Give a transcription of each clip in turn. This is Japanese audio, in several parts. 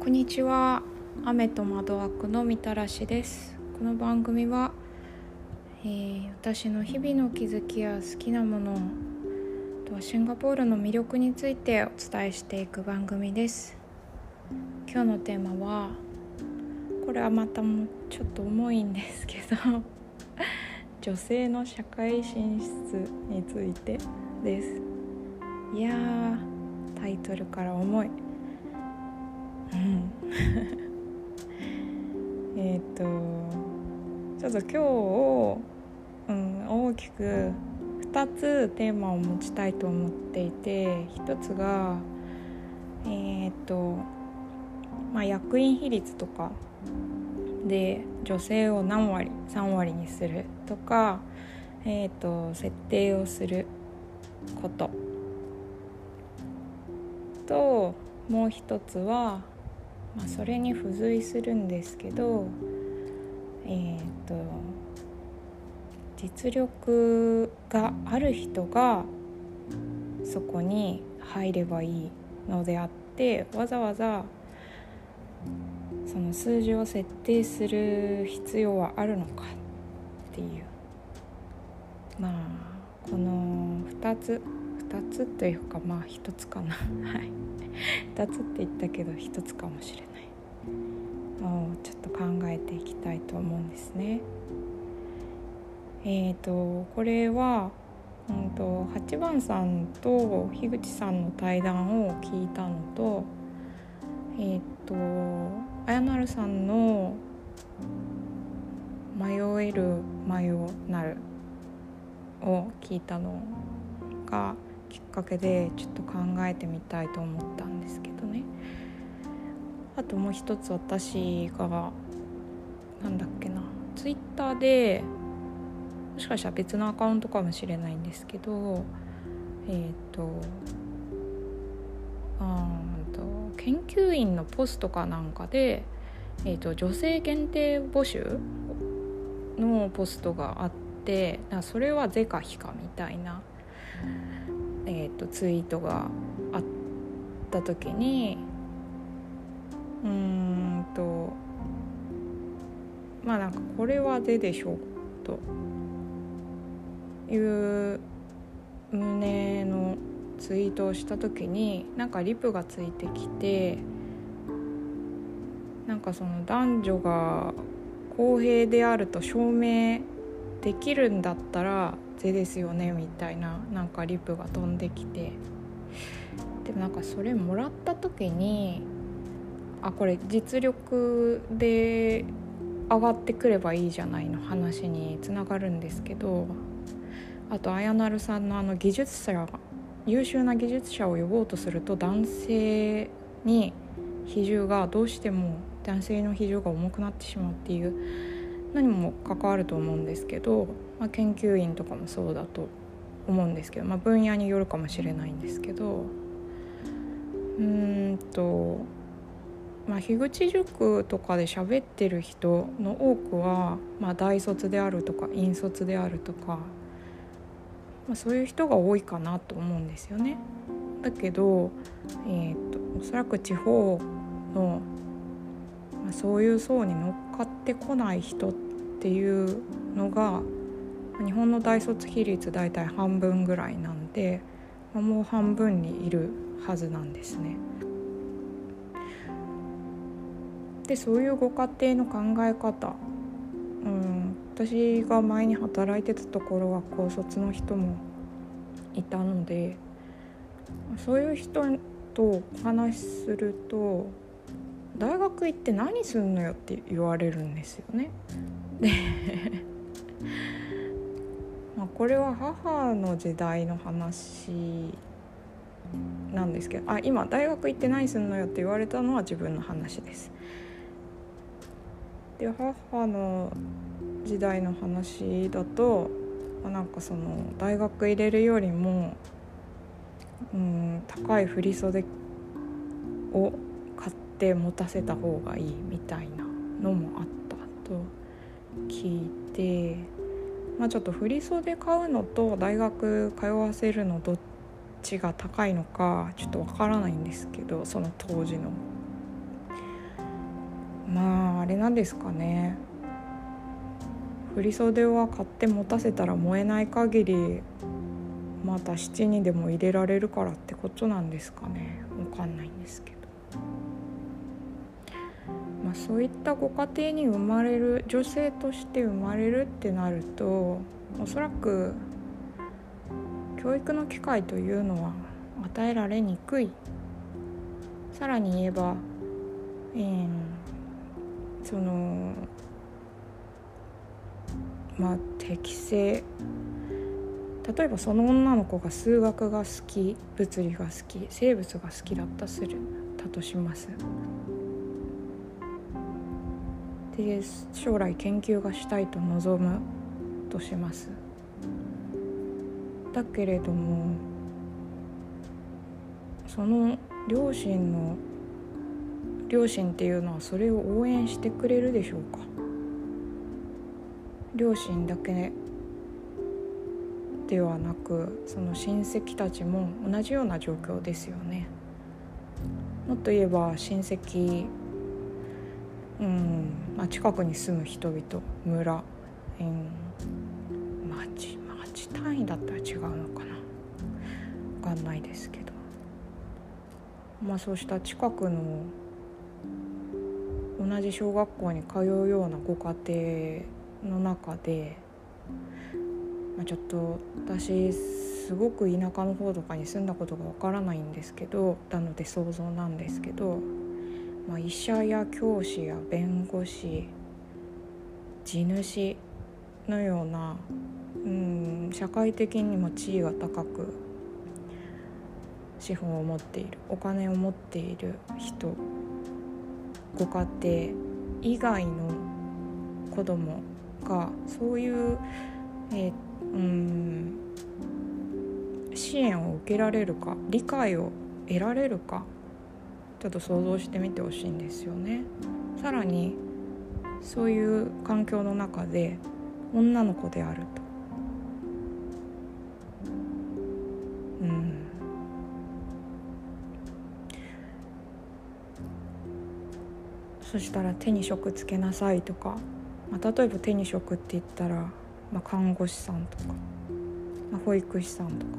こんにちは。雨と窓枠のみたらしです。この番組は、私の日々の気づきや好きなもの、あとはシンガポールの魅力についてお伝えしていく番組です。今日のテーマは、これはまたもちょっと重いんですけど女性の社会進出についてです。いやー、タイトルから重い。ちょっと今日、大きく2つテーマを持ちたいと思っていて、1つが役員比率とかで女性を何割3割にするとか、設定をすることと、もう一つは、それに付随するんですけど、実力がある人がそこに入ればいいのであって、わざわざその数字を設定する必要はあるのかっていう、この2つというか1つかなはい2つって言ったけど1つかもしれないのをちょっと考えていきたいと思うんですね。これは8番さんと樋口さんの対談を聞いたのと、あやなるさんの迷える迷なるを聞いたのがきっかけで、ちょっと考えてみたいと思ったんですけどね。あともう一つ、私がツイッターで、もしかしたら別のアカウントかもしれないんですけど、研究員のポストかなんかで、女性限定募集のポストがあって、それは是か非かみたいな、ツイートがあった時に、これは是でしょうという旨のツイートをした時に、リプがついてきて、その男女が公平であると証明できるんだったら是ですよねみたいなリプが飛んできて、でもそれもらった時に、これ実力で上がってくればいいじゃないの話につながるんですけど、あとあやなるさんの優秀な技術者を呼ぼうとすると、男性に比重がどうしても男性の比重が重くなってしまうっていうのにも関わると思うんですけど、研究員とかもそうだと思うんですけど、分野によるかもしれないんですけど、樋口塾とかで喋ってる人の多くは、大卒であるとか院卒であるとか、そういう人が多いかなと思うんですよね。だけど、おそらく地方の、そういう層に乗っかってこない人っていうのが、日本の大卒比率だいたい半分ぐらいなんで、もう半分にいるはずなんですね。で、そういうご家庭の考え方、私が前に働いてたところは高卒の人もいたので、そういう人とお話しすると、大学行って何すんのよって言われるんですよね。でこれは母の時代の話なんですけど、今大学行って何すんのよって言われたのは自分の話です。で、母の時代の話だと、その大学入れるよりも、高い振り袖を買って持たせた方がいいみたいなのもあったと聞いて、ちょっと振り袖買うのと大学通わせるのどっちが高いのかちょっとわからないんですけど、その当時のまああれなんですかね、振袖は買って持たせたら燃えない限りまた七にでも入れられるからってことなんですかね。わかんないんですけど、まあ、そういったご家庭に生まれる、女性として生まれるってなると、おそらく教育の機会というのは与えられにくい。さらに言えば、その適正、例えばその女の子が数学が好き、物理が好き、生物が好きだとします。で将来研究がしたいと望むとします。だけれどもその両親っていうのはそれを応援してくれるでしょうか。両親だけではなく、その親戚たちも同じような状況ですよね。もっと言えば親戚、近くに住む人々、村、町単位だったら違うのかな、分かんないですけど、そうした近くの同じ小学校に通うようなご家庭の中で、ちょっと私すごく田舎の方とかに住んだことがわからないんですけど、なので想像なんですけど、医者や教師や弁護士、地主のような、社会的にも地位が高く資本を持っている、お金を持っている人、ご家庭以外の子供がそういう、支援を受けられるか、理解を得られるか、ちょっと想像してみてほしいんですよね。さらにそういう環境の中で女の子であると、そしたら手に職つけなさいとか、例えば手に職って言ったら、看護師さんとか、保育士さんと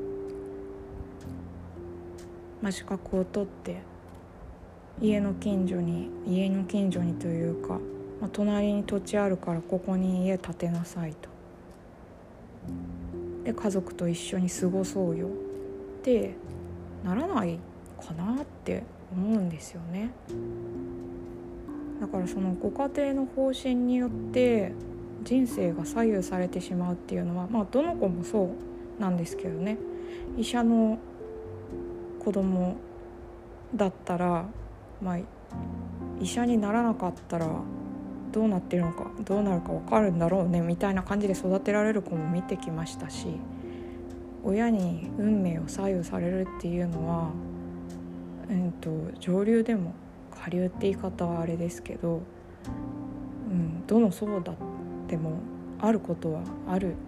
か、資格を取って家の近所にというか、隣に土地あるからここに家建てなさいと、で家族と一緒に過ごそうよってならないかなって思うんですよね。だからそのご家庭の方針によって人生が左右されてしまうっていうのは、どの子もそうなんですけどね。医者の子供だったら、医者にならなかったらどうなるか分かるんだろうねみたいな感じで育てられる子も見てきましたし、親に運命を左右されるっていうのは、上流でも下流って言い方はあれですけど、どの層だってもあることはある、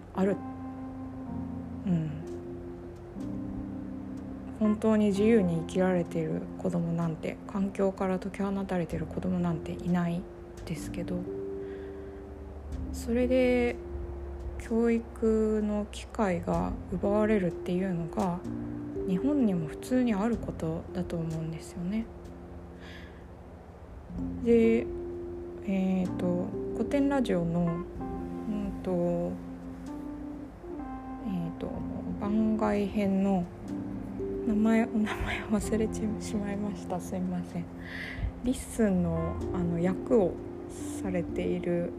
本当に自由に生きられている子供なんて、環境から解き放たれている子供なんていないですけど、それで教育の機会が奪われるっていうのが日本にも普通にあることだと思うんですよね。で、古典ラジオの番外編のお名前忘れてしまいました。すいません。リッスンの役をされている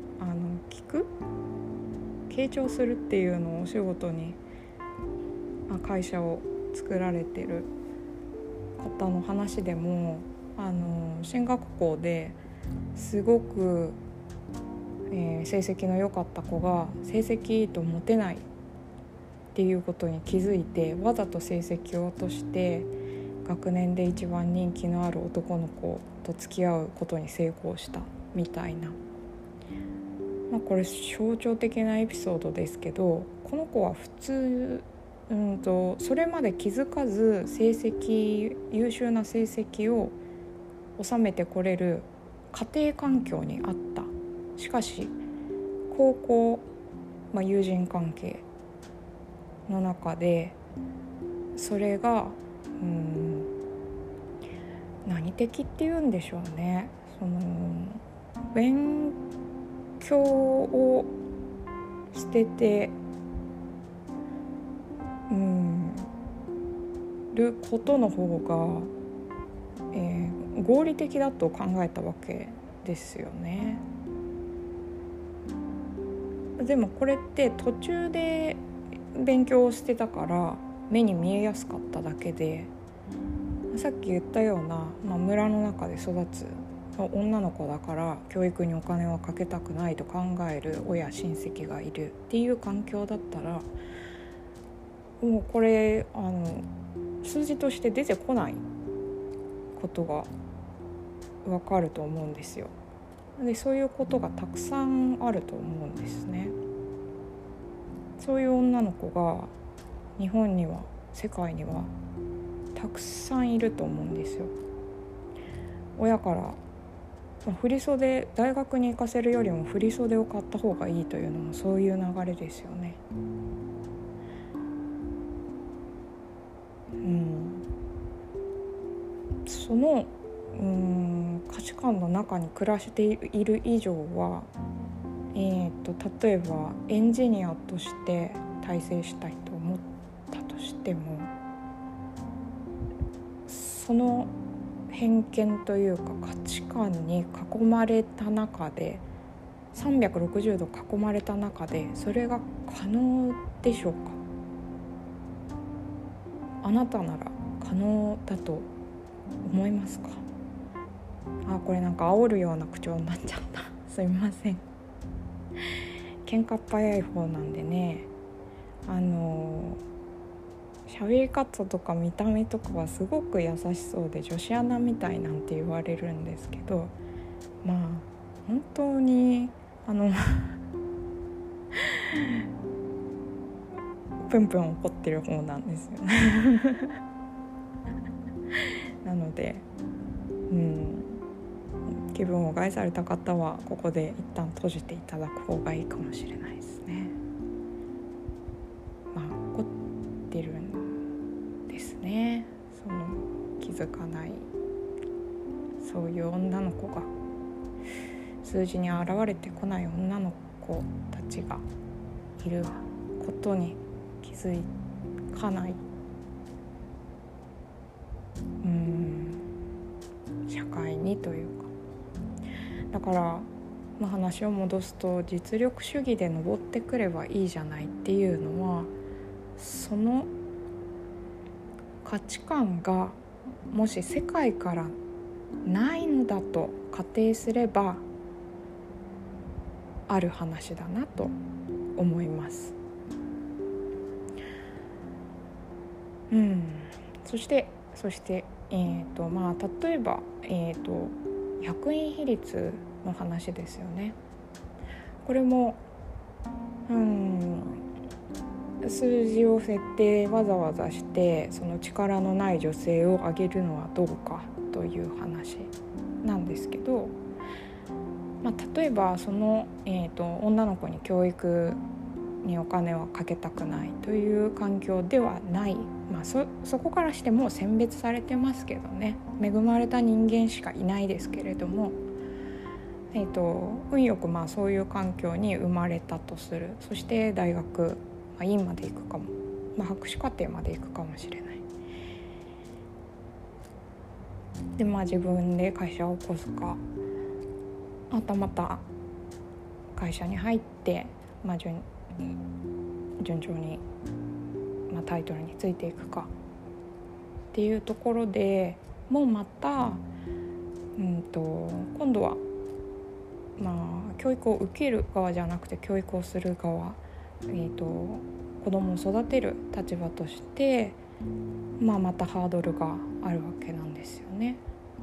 傾聴するっていうのをお仕事に会社を作られてる方の話でも、進学校ですごく、成績の良かった子が成績いいとモテないっていうことに気づいて、わざと成績を落として学年で一番人気のある男の子と付き合うことに成功したみたいな、これ象徴的なエピソードですけど、この子は普通、それまで気づかず優秀な成績を収めてこれる家庭環境にあった。しかし高校、友人関係の中でそれが何的っていうんでしょうね。勉強を捨ててることの方が、合理的だと考えたわけですよね。でもこれって途中で勉強をしてたから目に見えやすかっただけで、さっき言ったような、村の中で育つ女の子だから教育にお金をかけたくないと考える親親戚がいるっていう環境だったら、もうこれ数字として出てこないことがわかると思うんですよ。でそういうことがたくさんあると思うんですね。そういう女の子が日本には世界にはたくさんいると思うんですよ。親から振袖、大学に行かせるよりも振袖を買った方がいいというのもそういう流れですよね。その価値観の中に暮らしている以上は、例えばエンジニアとして大成したいと思ったとしても、その偏見というか価値観に囲まれた中で、360度囲まれた中でそれが可能でしょうか。あなたなら可能だと思いますか。これなんか煽るような口調になっちゃったすいません。喧嘩っ早い方なんでね、喋り方とか見た目とかはすごく優しそうで女子アナみたいなんて言われるんですけど、本当にプンプン怒ってる方なんですよなので気分を害された方はここで一旦閉じていただく方がいいかもしれないですね。怒ってるんですね。気づかないそういう女の子が、数字に現れてこない女の子たちがいることに気づかない社会にというか、だから話を戻すと、実力主義で登ってくればいいじゃないっていうのは、その価値観がもし世界からないのだと仮定すればある話だなと思います。そして例えば、役員比率の話ですよね。これも数字を設定わざわざして、その力のない女性を上げるのはどうかという話なんですけど、例えばその、女の子に教育にお金はかけたくないという環境ではない、そこからしても選別されてますけどね、恵まれた人間しかいないですけれども、運よくそういう環境に生まれたとする。そして大学、院まで行くかも、博士課程まで行くかもしれない。で自分で会社を起こすか、また会社に入って、順調に、タイトルについていくかっていうところでもうまた、今度は教育を受ける側じゃなくて教育をする側、子供を育てる立場として、またハードルがあるわけなんですよね。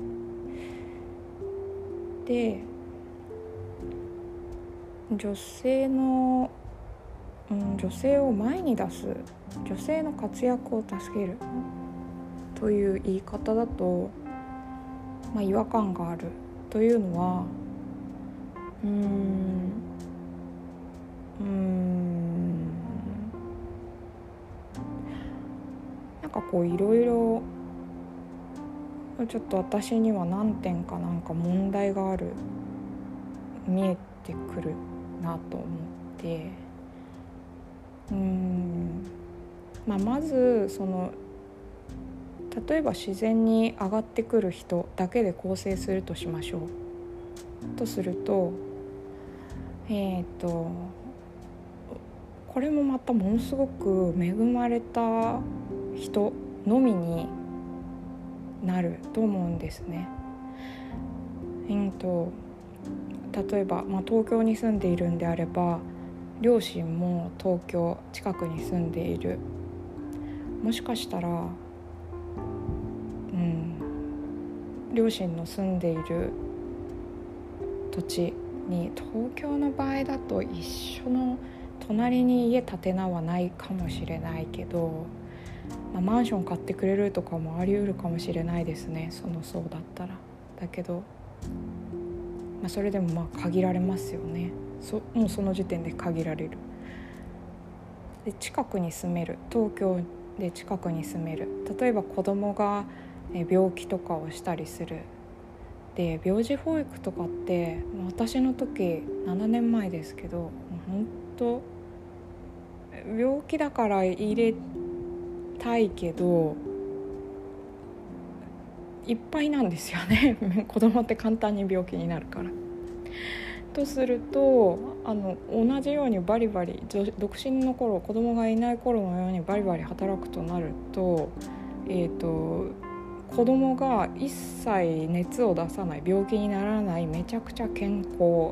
で女性を前に出す、女性の活躍を助けるという言い方だと、違和感があるというのはなんかこういろいろちょっと私には何点かなんか問題がある見えてくるなと思って、まずその例えば自然に上がってくる人だけで構成するとしましょう。とするとこれもまたものすごく恵まれた人のみになると思うんですね。例えば、東京に住んでいるんであれば両親も東京近くに住んでいる。もしかしたら、両親の住んでいる土地に東京の場合だと一緒の隣に家建てなはないかもしれないけど、マンション買ってくれるとかもあり得るかもしれないですね。そうだったら。だけど、それでも限られますよね。もうその時点で限られる。で近くに住める、東京で近くに住める。例えば子供が病気とかをしたりする。で病児保育とかって私の時7年前ですけど、本当病気だから入れたいけどいっぱいなんですよね子供って簡単に病気になるから。とすると同じようにバリバリ独身の頃、子供がいない頃のようにバリバリ働くとなると、子供が一切熱を出さない、病気にならない、めちゃくちゃ健康、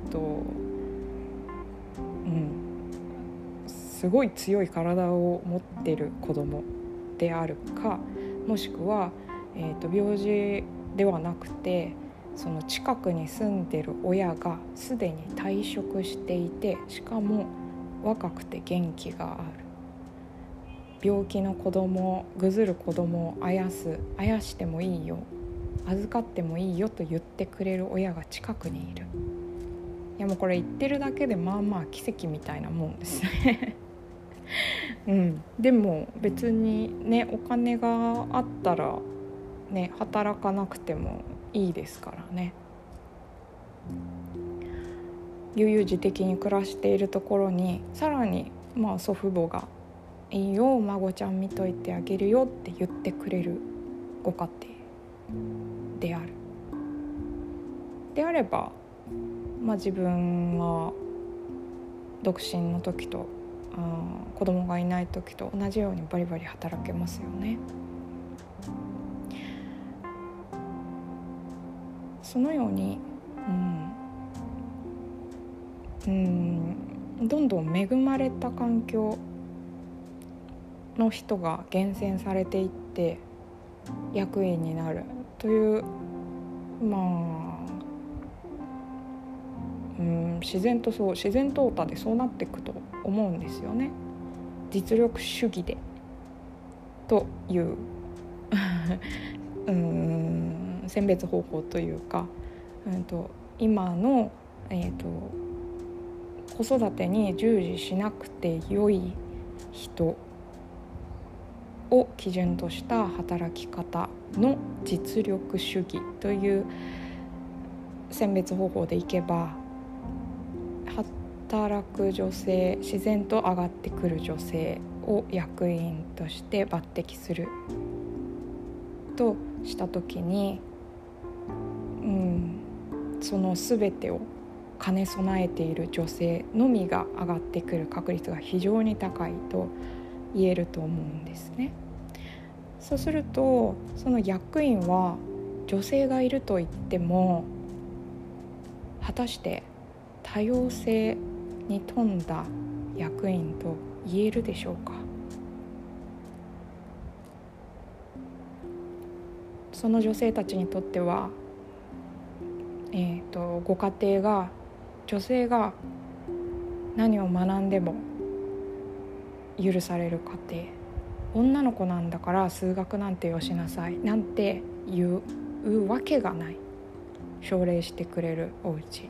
すごい強い体を持ってる子供であるか、もしくは、病児ではなくてその近くに住んでる親がすでに退職していて、しかも若くて元気がある。病気の子供、ぐずる子供をあやしてもいいよ、預かってもいいよと言ってくれる親が近くにいる。いやもうこれ言ってるだけで奇跡みたいなもんですねでも別にね、お金があったらね、働かなくてもいいですからね。悠々自適に暮らしているところにさらに祖父母がいいよ、孫ちゃん見といてあげるよって言ってくれるご家庭である。であれば、自分は独身の時と子供がいない時と同じようにバリバリ働けますよね。そのように、どんどん恵まれた環境の人が厳選されていって役員になるという自然と淘汰でそうなっていくと思うんですよね。実力主義でという選別方法というか、今の、子育てに従事しなくて良い人を基準とした働き方の実力主義という選別方法でいけば、働く女性、自然と上がってくる女性を役員として抜擢するとしたときに、その全てを兼ね備えている女性のみが上がってくる確率が非常に高いと言えると思うんですね。そうするとその役員は女性がいると言っても果たして多様性に富んだ役員と言えるでしょうか。その女性たちにとっては、ご家庭が女性が何を学んでも許される家庭、女の子なんだから数学なんてよしなさいなんていうわけがない。 奨励してくれるお家、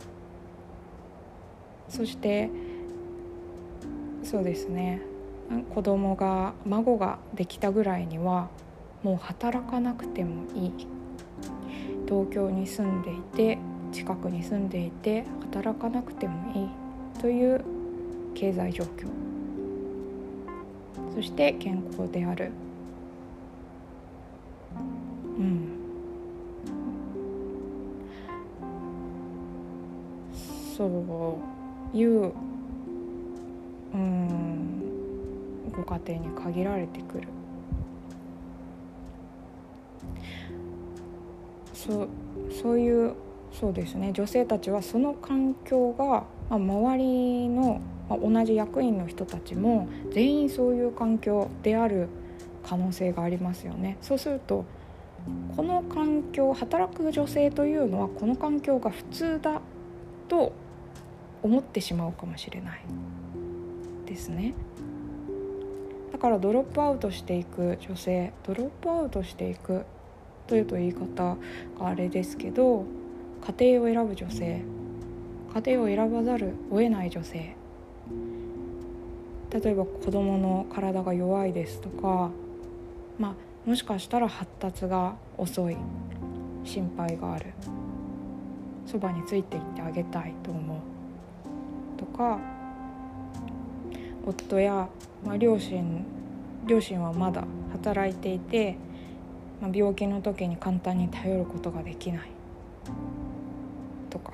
そしてそうですね、孫ができたぐらいにはもう働かなくてもいい、東京に住んでいて近くに住んでいて働かなくてもいいという経済状況、そして健康である、そういうご家庭に限られてくる。そういうそうですね、女性たちはその環境が、周りの、同じ役員の人たちも全員そういう環境である可能性がありますよね。そうするとこの環境、働く女性というのはこの環境が普通だと思ってしまうかもしれないですね。だからドロップアウトしていく女性、ドロップアウトしていくというと言い方があれですけど、家庭を選ぶ女性、家庭を選ばざるを得ない女性、例えば子供の体が弱いですとか、もしかしたら発達が遅い、心配がある、そばについていってあげたいと思うとか、夫や、両親はまだ働いていて、病気の時に簡単に頼ることができないとか、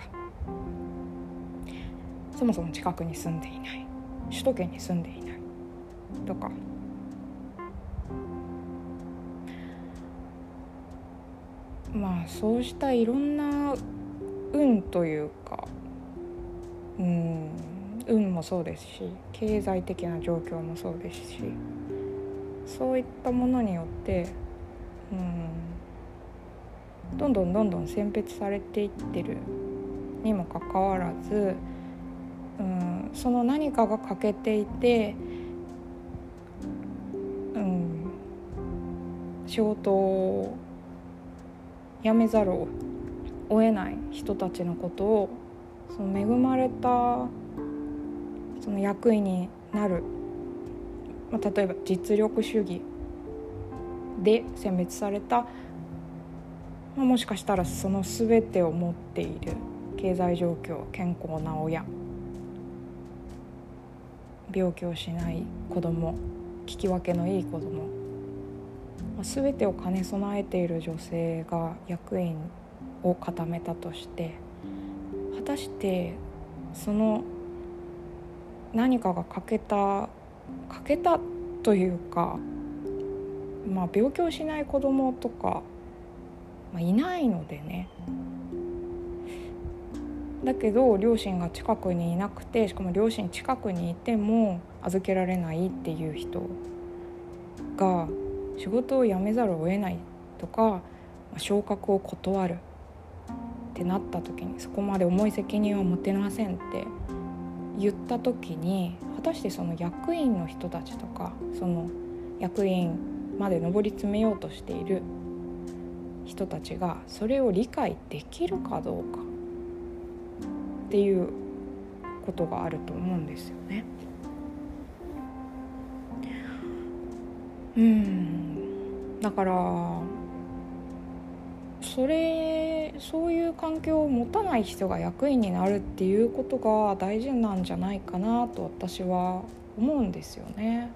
そもそも近くに住んでいない、首都圏に住んでいないとか、そうしたいろんな運というか、運もそうですし、経済的な状況もそうですし、そういったものによってどんどん選別されていってるにもかかわらず、その何かが欠けていて、仕事を辞めざるを得ない人たちのことを、その恵まれたその役員になる、例えば実力主義で選別された、もしかしたらその全てを持っている経済状況、健康な親、病気をしない子供、聞き分けのいい子供、全てを兼ね備えている女性が役員を固めたとして、果たしてその何かが欠けたというか、病気をしない子供とか、いないのでね。だけど両親が近くにいなくて、しかも両親近くにいても預けられないっていう人が仕事を辞めざるを得ないとか、昇格を断るってなった時に、そこまで重い責任は持てませんって言った時に、果たしてその役員の人たちとか、その役員まで上り詰めようとしている人たちがそれを理解できるかどうかっていうことがあると思うんですよね。だからそういう環境を持たない人が役員になるっていうことが大事なんじゃないかなと私は思うんですよね。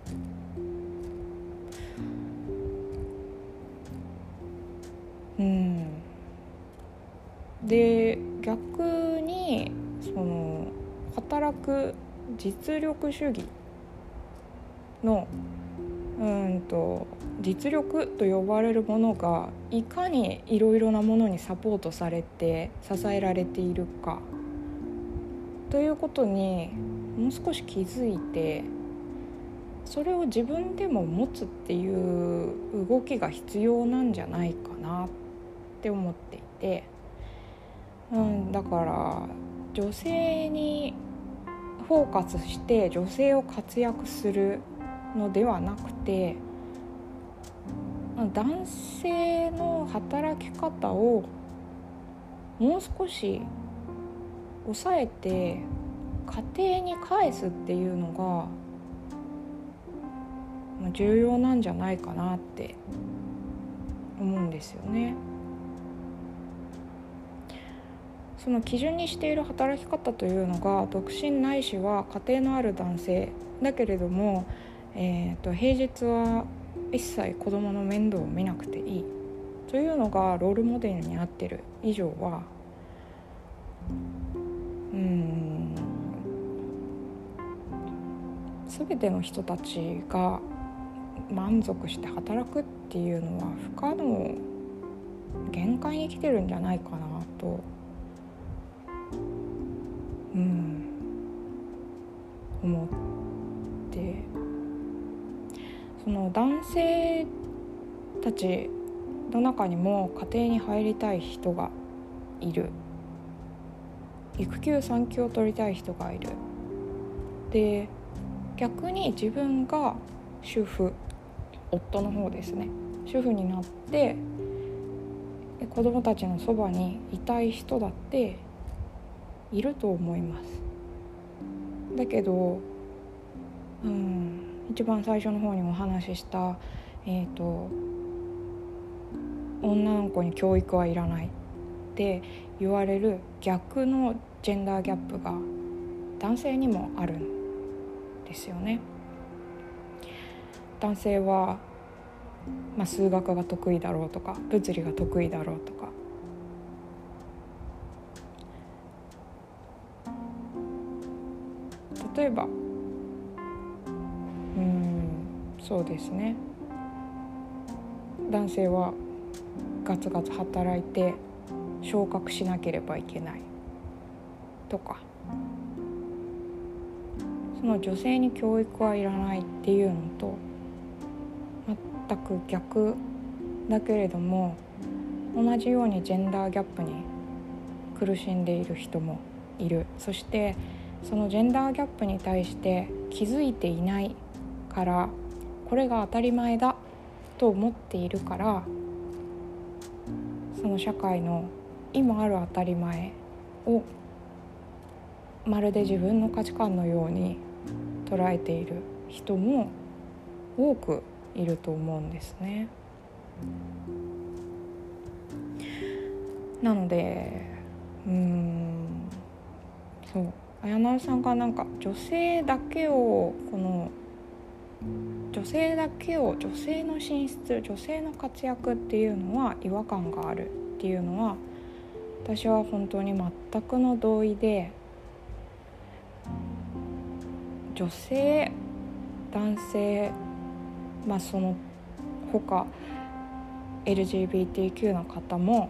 で、逆にその働く実力主義の実力と呼ばれるものがいかにいろいろなものにサポートされて支えられているかということにもう少し気づいて、それを自分でも持つっていう動きが必要なんじゃないかなって思っていて、だから女性にフォーカスして女性を活躍するのではなくて、男性の働き方をもう少し抑えて家庭に返すっていうのが重要なんじゃないかなって思うんですよね。その基準にしている働き方というのが、独身ないしは家庭のある男性だけれども、平日は一切子供の面倒を見なくていいというのがロールモデルになっている以上は、全ての人たちが満足して働くっていうのは不可能、限界に来てるんじゃないかなと、思って、その男性たちの中にも家庭に入りたい人がいる、育休産休を取りたい人がいる。で、逆に自分が主婦、夫の方ですね、主婦になって子供たちのそばにいたい人だっていると思います。だけど、一番最初の方にもお話しした、女の子に教育はいらないって言われる逆のジェンダーギャップが男性にもあるんですよね。男性は、数学が得意だろうとか物理が得意だろうとか、例えばそうですね、男性はガツガツ働いて昇格しなければいけないとか、その女性に教育はいらないっていうのと全く逆だけれども、同じようにジェンダーギャップに苦しんでいる人もいる。そしてそのジェンダーギャップに対して気づいていないから、これが当たり前だと思っているから、その社会の今ある当たり前をまるで自分の価値観のように捉えている人も多くいると思うんですね。なのでそう、綾成さんが女性の進出、女性の活躍っていうのは違和感があるっていうのは、私は本当に全くの同意で、女性、男性、その他 LGBTQ の方も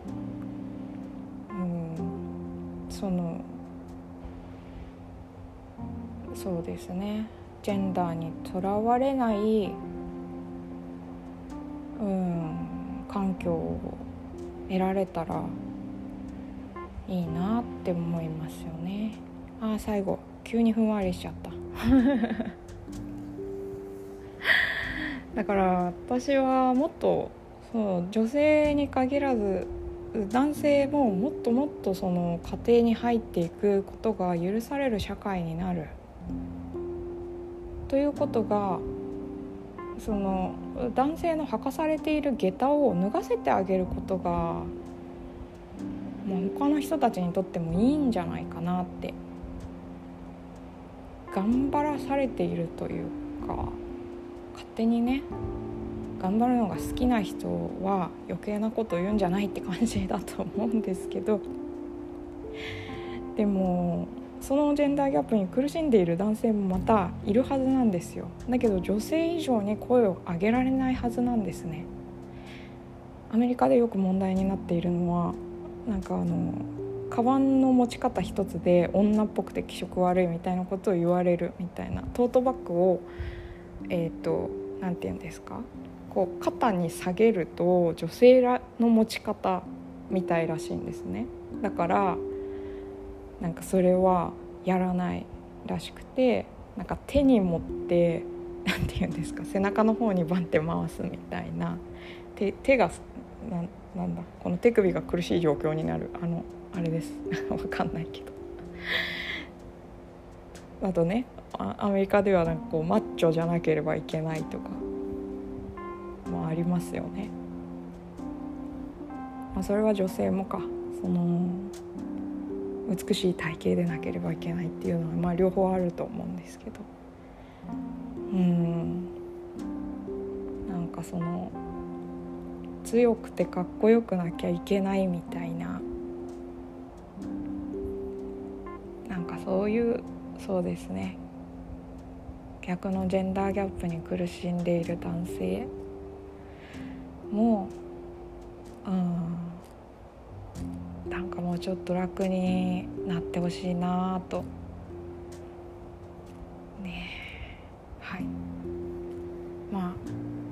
そうですね、ジェンダーにとらわれない環境を得られたらいいなって思いますよね。最後急にふんわりしちゃっただから私はもっと女性に限らず男性ももっともっとその家庭に入っていくことが許される社会になるということが、その男性の履かされている下駄を脱がせてあげることが、他の人たちにとってもいいんじゃないかなって、頑張らされているというか、勝手にね頑張るのが好きな人は余計なこと言うんじゃないって感じだと思うんですけど、でもそのジェンダーギャップに苦しんでいる男性もまたいるはずなんですよ。だけど女性以上に声を上げられないはずなんですね。アメリカでよく問題になっているのは、カバンの持ち方一つで女っぽくて気色悪いみたいなことを言われるみたいな、トートバッグをなんていうんですか、肩に下げると女性の持ち方みたいらしいんですね。だからそれはやらないらしくて、手に持ってなんていうんですか、背中の方にバンって回すみたいな、手がこの手首が苦しい状況になるあれですわかんないけど、あとね、アメリカではなんかこうマッチョじゃなければいけないとかもありますよね。それは女性もか、その美しい体型でなければいけないっていうのは両方あると思うんですけど、なんかその強くてかっこよくなきゃいけないみたいな、なんかそうですね、逆のジェンダーギャップに苦しんでいる男性もなんかもうちょっと楽になってほしいなとね。はい、まあ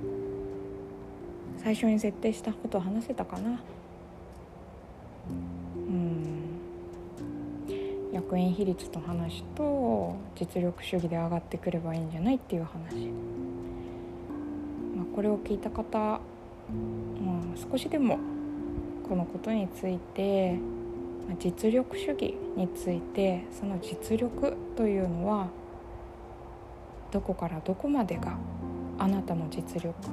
最初に設定したことを話せたかな。役員比率の話と実力主義で上がってくればいいんじゃないっていう話、これを聞いた方、少しでもこのことについて、実力主義について、その実力というのはどこからどこまでがあなたの実力、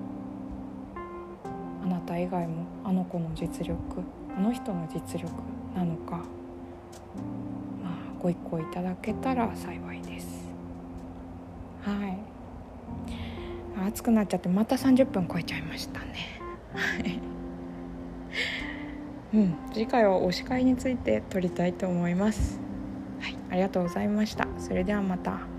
あなた以外もあの子の実力、あの人の実力なのか、ご一考いただけたら幸いです。はい、暑くなっちゃってまた30分超えちゃいましたね次回は推し会について撮りたいと思います。はい、ありがとうございました。それではまた。